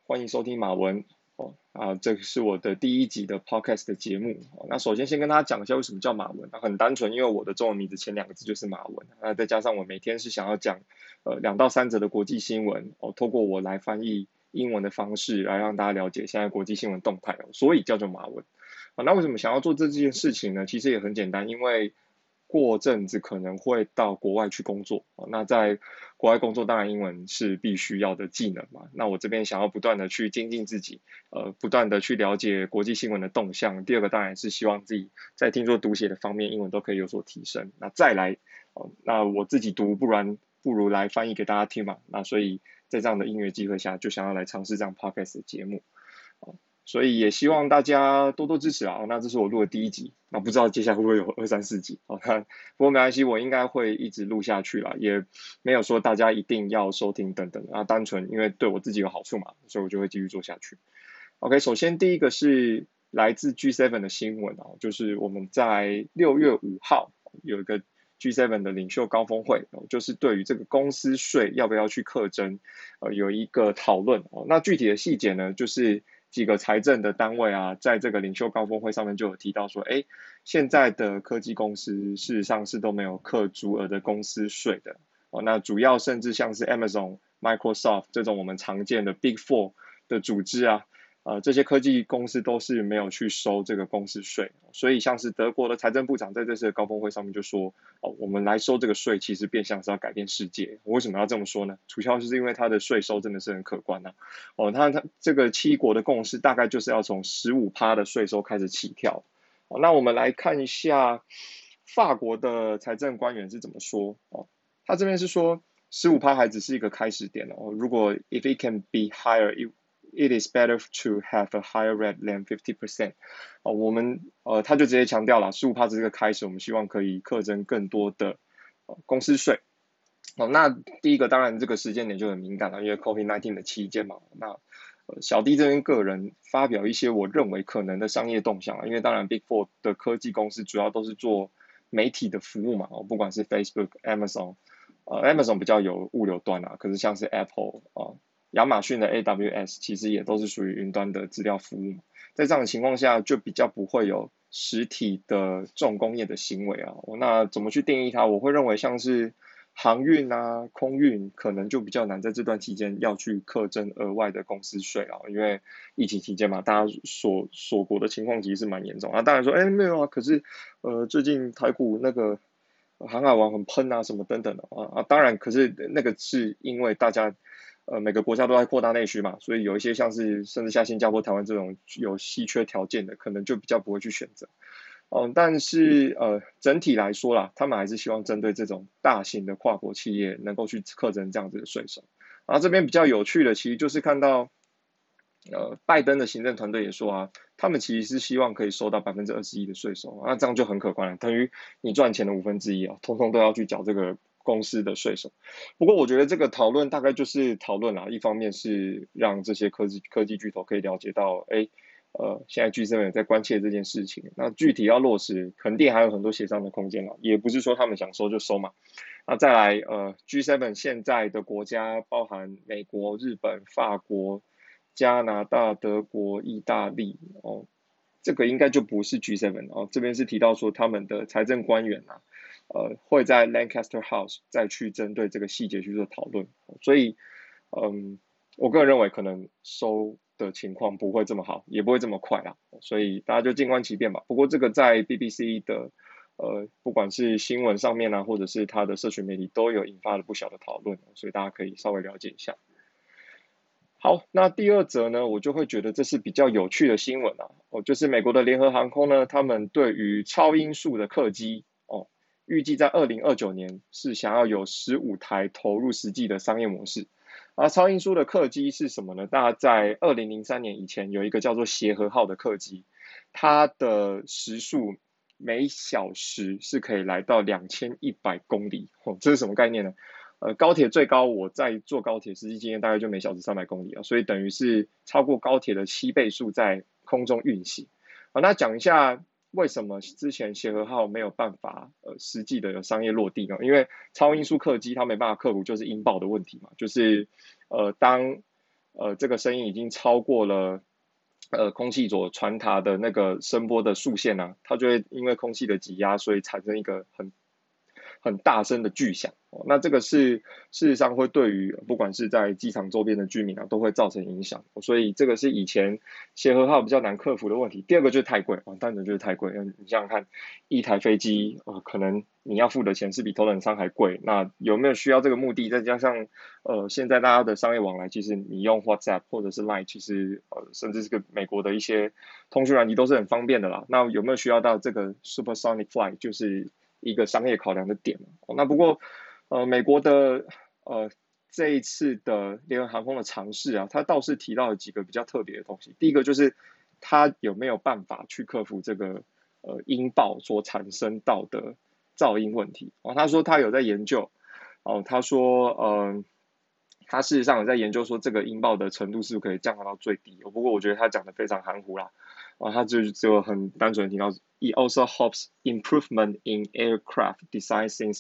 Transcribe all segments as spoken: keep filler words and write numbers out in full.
欢迎收听马文哦啊，这是我的第一集的 podcast 的节目。哦、那首先先跟大家讲一下为什么叫马文，啊、很单纯，因为我的中文名字前两个字就是马文，那再加上我每天是想要讲呃两到三则的国际新闻，哦，透过我来翻译英文的方式来让大家了解现在国际新闻动态，哦，所以叫做马文。啊，那为什么想要做这件事情呢？其实也很简单，因为过阵子可能会到国外去工作，那在国外工作当然英文是必须要的技能嘛。那我这边想要不断的去精进自己，呃，不断的去了解国际新闻的动向。第二个当然是希望自己在听说读写的方面英文都可以有所提升。那再来，呃、那我自己读，不然不如来翻译给大家听嘛。那所以在这样的音乐机会下，就想要来尝试这样 podcast 的节目。所以也希望大家多多支持啊！那这是我录的第一集，那不知道接下来会不会有二三四集啊？不过没关系，我应该会一直录下去啦，也没有说大家一定要收听等等啊，单纯因为对我自己有好处嘛，所以我就会继续做下去。OK，首先第一个是来自 G 七 的新闻啊，就是我们在六月五号有一个 G 七 的领袖高峰会，就是对于这个公司税要不要去课征，呃，有一个讨论哦。那具体的细节呢，就是几个财政的单位啊，在这个领袖高峰会上面就有提到说，哎，现在的科技公司事实上是都没有课足额的公司税的哦。那主要甚至像是 Amazon、Microsoft 这种我们常见的 Big Four 的组织啊，呃，这些科技公司都是没有去收这个公司税，所以像是德国的财政部长在这次的高峰会上面就说，哦，我们来收这个税，其实变相是要改变世界。我为什么要这么说呢？主要就是因为它的税收真的是很可观呐、啊。哦，它它这个七国的共识大概就是要从十五趴的税收开始起跳。哦，那我们来看一下法国的财政官员是怎么说哦。他这边是说十五趴还只是一个开始点哦，如果 if it can be higher it It is better to have a higher rate than fifty percent。哦，我们呃，他就直接强调了，十五趴只是个开始，我们希望可以课征更多的、呃、公司税。哦，那第一个当然这个时间点就很敏感了，因为 COVID 十九 的期间嘛。那呃，小弟这边个人发表一些我认为可能的商业动向啊，因为当然 Big Four 的科技公司主要都是做媒体的服务嘛，哦，不管是 Facebook、Amazon，呃，Amazon 比较有物流端啊，可是像是 Apple 啊、亚马逊的 A W S 其实也都是属于云端的资料服务嘛。在这样的情况下，就比较不会有实体的重工业的行为啊。那怎么去定义它？我会认为像是航运啊、空运，可能就比较难在这段期间要去课征额外的公司税啊，因为疫情期间嘛，大家锁锁国的情况其实是蛮严重啊。当然说，哎，没有啊，可是呃，最近台股那个航海王很喷啊，什么等等的啊啊，当然，可是那个是因为大家呃每个国家都在扩大内需嘛，所以有一些像是甚至像新加坡、台湾这种有稀缺条件的，可能就比较不会去选择。嗯，但是呃整体来说啦，他们还是希望针对这种大型的跨国企业能够去课征这样子的税收。然后这边比较有趣的，其实就是看到呃，拜登的行政团队也说啊，他们其实是希望可以收到百分之二十一的税收，那这样就很可观了，等于你赚钱的五分之一啊，通通都要去缴这个公司的税收。不过我觉得这个讨论大概就是讨论啦，一方面是让这些科技科技巨头可以了解到，哎，呃，现在 G 七 也在关切这件事情，那具体要落实，肯定还有很多协商的空间啦，也不是说他们想收就收嘛。那再来，呃，G 七 现在的国家包含美国、日本、法国、加拿大、德国、意大利，哦，这个应该就不是 G 七 哦。这边是提到说他们的财政官员啊，呃，会在 Lancaster House 再去针对这个细节去做讨论。所以，嗯，我个人认为可能收的情况不会这么好，也不会这么快啦。所以大家就静观其变吧。不过这个在 B B C 的呃，不管是新闻上面啊，或者是它的社群媒体都有引发了不小的讨论，所以大家可以稍微了解一下。好，那第二则呢，我就会觉得这是比较有趣的新闻啊，哦，就是美国的联合航空呢，他们对于超音速的客机，哦，预计在二零二九年是想要有十五台投入实际的商业模式。而超音速的客机是什么呢？大家在二零零三年以前有一个叫做协和号的客机，它的时速每小时是可以来到两千一百公里，哦，这是什么概念呢？呃，高铁最高我在坐高铁实际经验大概就每小时三百公里啊，所以等于是超过高铁的七倍数在空中运行。好，那讲一下为什么之前协和号没有办法呃实际的有商业落地呢？因为超音速客机它没办法克服就是音爆的问题嘛，就是呃当呃这个声音已经超过了呃空气所传达的那个声波的速线啊，它就会因为空气的挤压，所以产生一个很很大声的巨响。哦，那这个是事实上会对于不管是在机场周边的居民啊，都会造成影响。所以这个是以前协和号比较难克服的问题。第二个就是太贵啊，单纯就是太贵。你想想看，一台飞机啊，呃，可能你要付的钱是比头等舱还贵。那有没有需要这个目的？再加上呃，现在大家的商业往来，其实你用 WhatsApp 或者是 Line，其实呃，甚至是个美国的一些通讯软体都是很方便的啦。那有没有需要到这个 Supersonic Flight，就是一个商业考量的点。哦，那不过呃，美国的呃这一次的联合航空的尝试啊，它倒是提到了几个比较特别的东西。第一个就是它有没有办法去克服这个呃音爆所产生到的噪音问题。哦，他说他有在研究。哦，他说呃。他事实上有在研究说这个音爆的程度是不是可以降到最低。不过我觉得他讲的非常含糊啦。啊，他就只有很单纯提到 ，It also hopes improvement in aircraft design since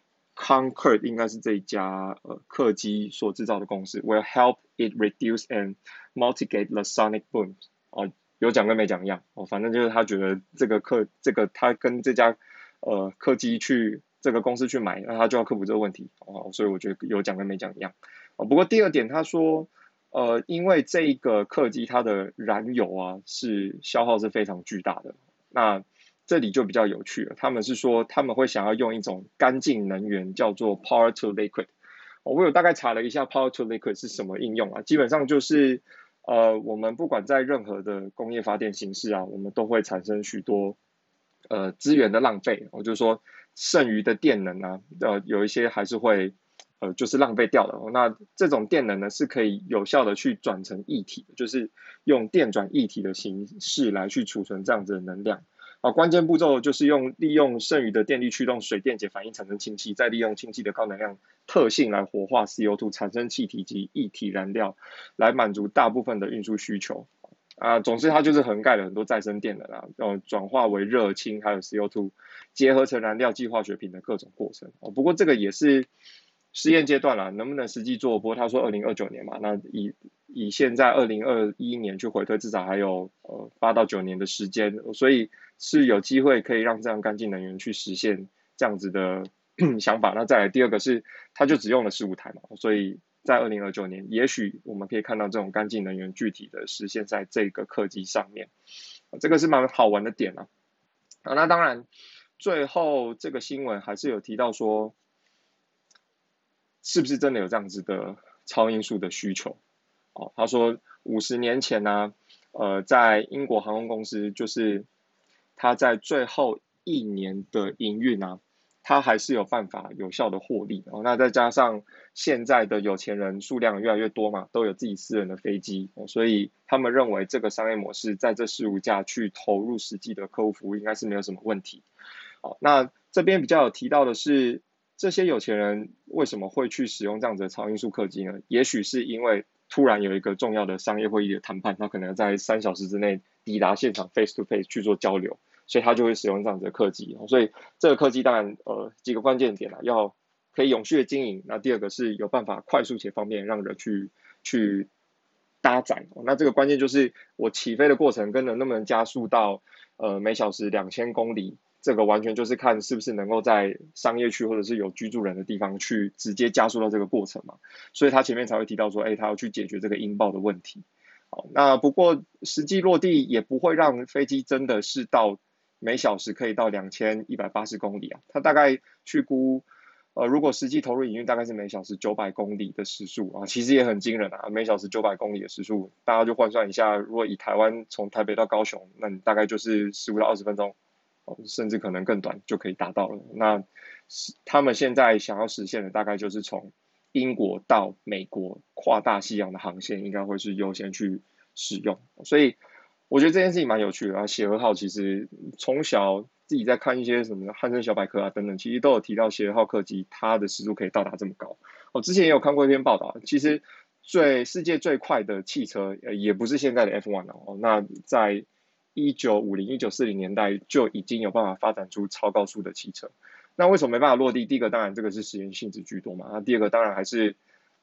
Concorde 应该是这一家呃客机所制造的公司 will help it reduce and mitigate the sonic boom。哦，有讲跟没讲一样。哦，反正就是他觉得这个客这个他跟这家呃客机去这个公司去买，那他就要克服这个问题。哦，所以我觉得有讲跟没讲一样。哦，不过第二点他说。呃，因为这一个客机它的燃油啊是消耗是非常巨大的。那这里就比较有趣了，他们是说他们会想要用一种干净能源叫做 Power to Liquid。哦，我有大概查了一下 Power to Liquid 是什么应用啊，基本上就是呃我们不管在任何的工业发电形式啊，我们都会产生许多呃资源的浪费。我就是说剩余的电能啊，呃有一些还是会。呃，就是浪费掉了。那这种电能呢，是可以有效的去转成液体，就是用电转液体的形式来去储存这样子的能量。啊，关键步骤就是用利用剩余的电力驱动水电解反应产生氢气，再利用氢气的高能量特性来活化 C O 二 产生气体及液体燃料，来满足大部分的运输需求。啊，总之它就是横盖了很多再生电能啊，呃，转化为热氢还有 C O 二 结合成燃料及化学品的各种过程。哦，不过这个也是。试验阶段啦，能不能实际做？不过他说二零二九年嘛，那以以现在二零二一年去回推，至少还有呃八到九年的时间，所以是有机会可以让这样干净能源去实现这样子的想法。那再来第二个是，他就只用了十五台嘛，所以在二零二九年，也许我们可以看到这种干净能源具体的实现在这个客机上面，这个是蛮好玩的点啊。啊，那当然最后这个新闻还是有提到说。是不是真的有这样子的超音速的需求？哦，他说五十年前呢、啊，呃，在英国航空公司，就是他在最后一年的营运啊，他还是有办法有效的获利。哦，那再加上现在的有钱人数量越来越多嘛，都有自己私人的飞机，哦，所以他们认为这个商业模式在这十五架去投入实际的客户服务，应该是没有什么问题。好，那这边比较有提到的是。这些有钱人为什么会去使用这样子的超音速客机呢？也许是因为突然有一个重要的商业会议的谈判，他可能在三小时之内抵达现场 face to face 去做交流，所以他就会使用这样子的客机。所以这个客机当然呃几个关键点啦，要可以永续的经营，那第二个是有办法快速且方便让人去去搭载。那这个关键就是我起飞的过程跟能能不能加速到呃每小时两千公里。这个完全就是看是不是能够在商业区或者是有居住人的地方去直接加速到这个过程嘛，所以他前面才会提到说，哎，他要去解决这个音爆的问题。好，那不过实际落地也不会让飞机真的是到每小时可以到两千一百八十公里啊，他大概去估，呃，如果实际投入营运大概是每小时九百公里的时速啊，其实也很惊人啊，每小时九百公里的时速，大家就换算一下，如果以台湾从台北到高雄，那你大概就是十五到二十分钟。甚至可能更短就可以达到了。那他们现在想要实现的大概就是从英国到美国跨大西洋的航线，应该会是优先去使用。所以我觉得这件事情蛮有趣的啊。协和号其实从小自己在看一些什么汉森小百科啊等等，其实都有提到协和号客机它的时速可以到达这么高。我之前也有看过一篇报道，其实最世界最快的汽车呃也不是现在的 F 一 哦，那在一九五零、一九四零年代就已经有办法发展出超高速的汽车。那为什么没办法落地？第一个当然这个是实验性质居多嘛，那第二个当然还是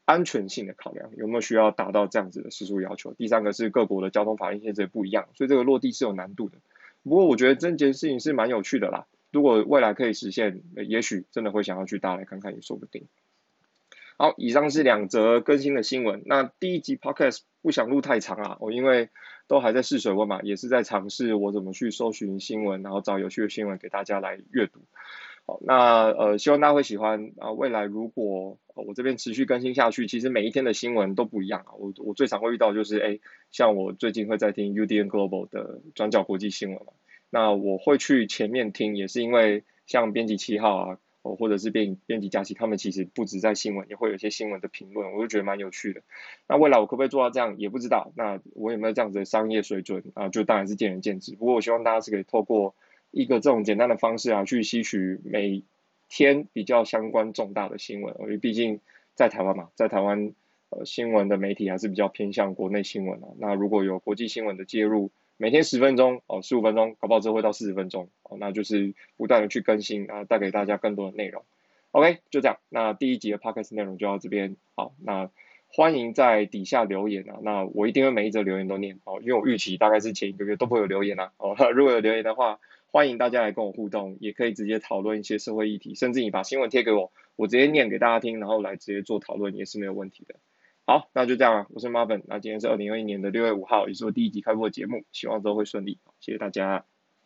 安全性的考量，有没有需要达到这样子的时速要求？第三个是各国的交通法令限制不一样，所以这个落地是有难度的。不过我觉得这件事情是蛮有趣的啦，如果未来可以实现，也许真的会想要去搭来看看，也说不定。好，以上是两则更新的新闻。那第一集 podcast 不想录太长啊，我因为都还在试水温嘛，也是在尝试我怎么去搜寻新闻，然后找有趣的新闻给大家来阅读。好，那呃，希望大家会喜欢啊。未来如果、呃、我这边持续更新下去，其实每一天的新闻都不一样啊。我我最常会遇到就是，哎，像我最近会在听 U D N Global 的转角国际新闻嘛，那我会去前面听，也是因为像编辑七号啊，哦，或者是编编辑佳琪，他们其实不止在新闻，也会有一些新闻的评论，我就觉得蛮有趣的。那未来我可不可以做到这样，也不知道。那我有没有这样子的商业水准啊？就当然是见仁见智。不过我希望大家是可以透过一个这种简单的方式啊，去吸取每天比较相关重大的新闻，因为毕竟在台湾嘛，在台湾呃新闻的媒体还是比较偏向国内新闻啊。那如果有国际新闻的介入，每天十分钟哦，十五分钟，搞不好之后会到四十分钟哦，那就是不断的去更新啊，带给大家更多的内容。OK，就这样，那第一集的 Podcast 内容就到这边，好，那欢迎在底下留言啊，那我一定会每一则留言都念哦，因为我预期大概是前一个月都不会有留言啊，哦，如果有留言的话，欢迎大家来跟我互动，也可以直接讨论一些社会议题，甚至你把新闻贴给我，我直接念给大家听，然后来直接做讨论也是没有问题的。好，那就这样了，我是 Marvin，那今天是二零二一年的六月五号，也是我第一集开播的节目，希望都会顺利，谢谢大家。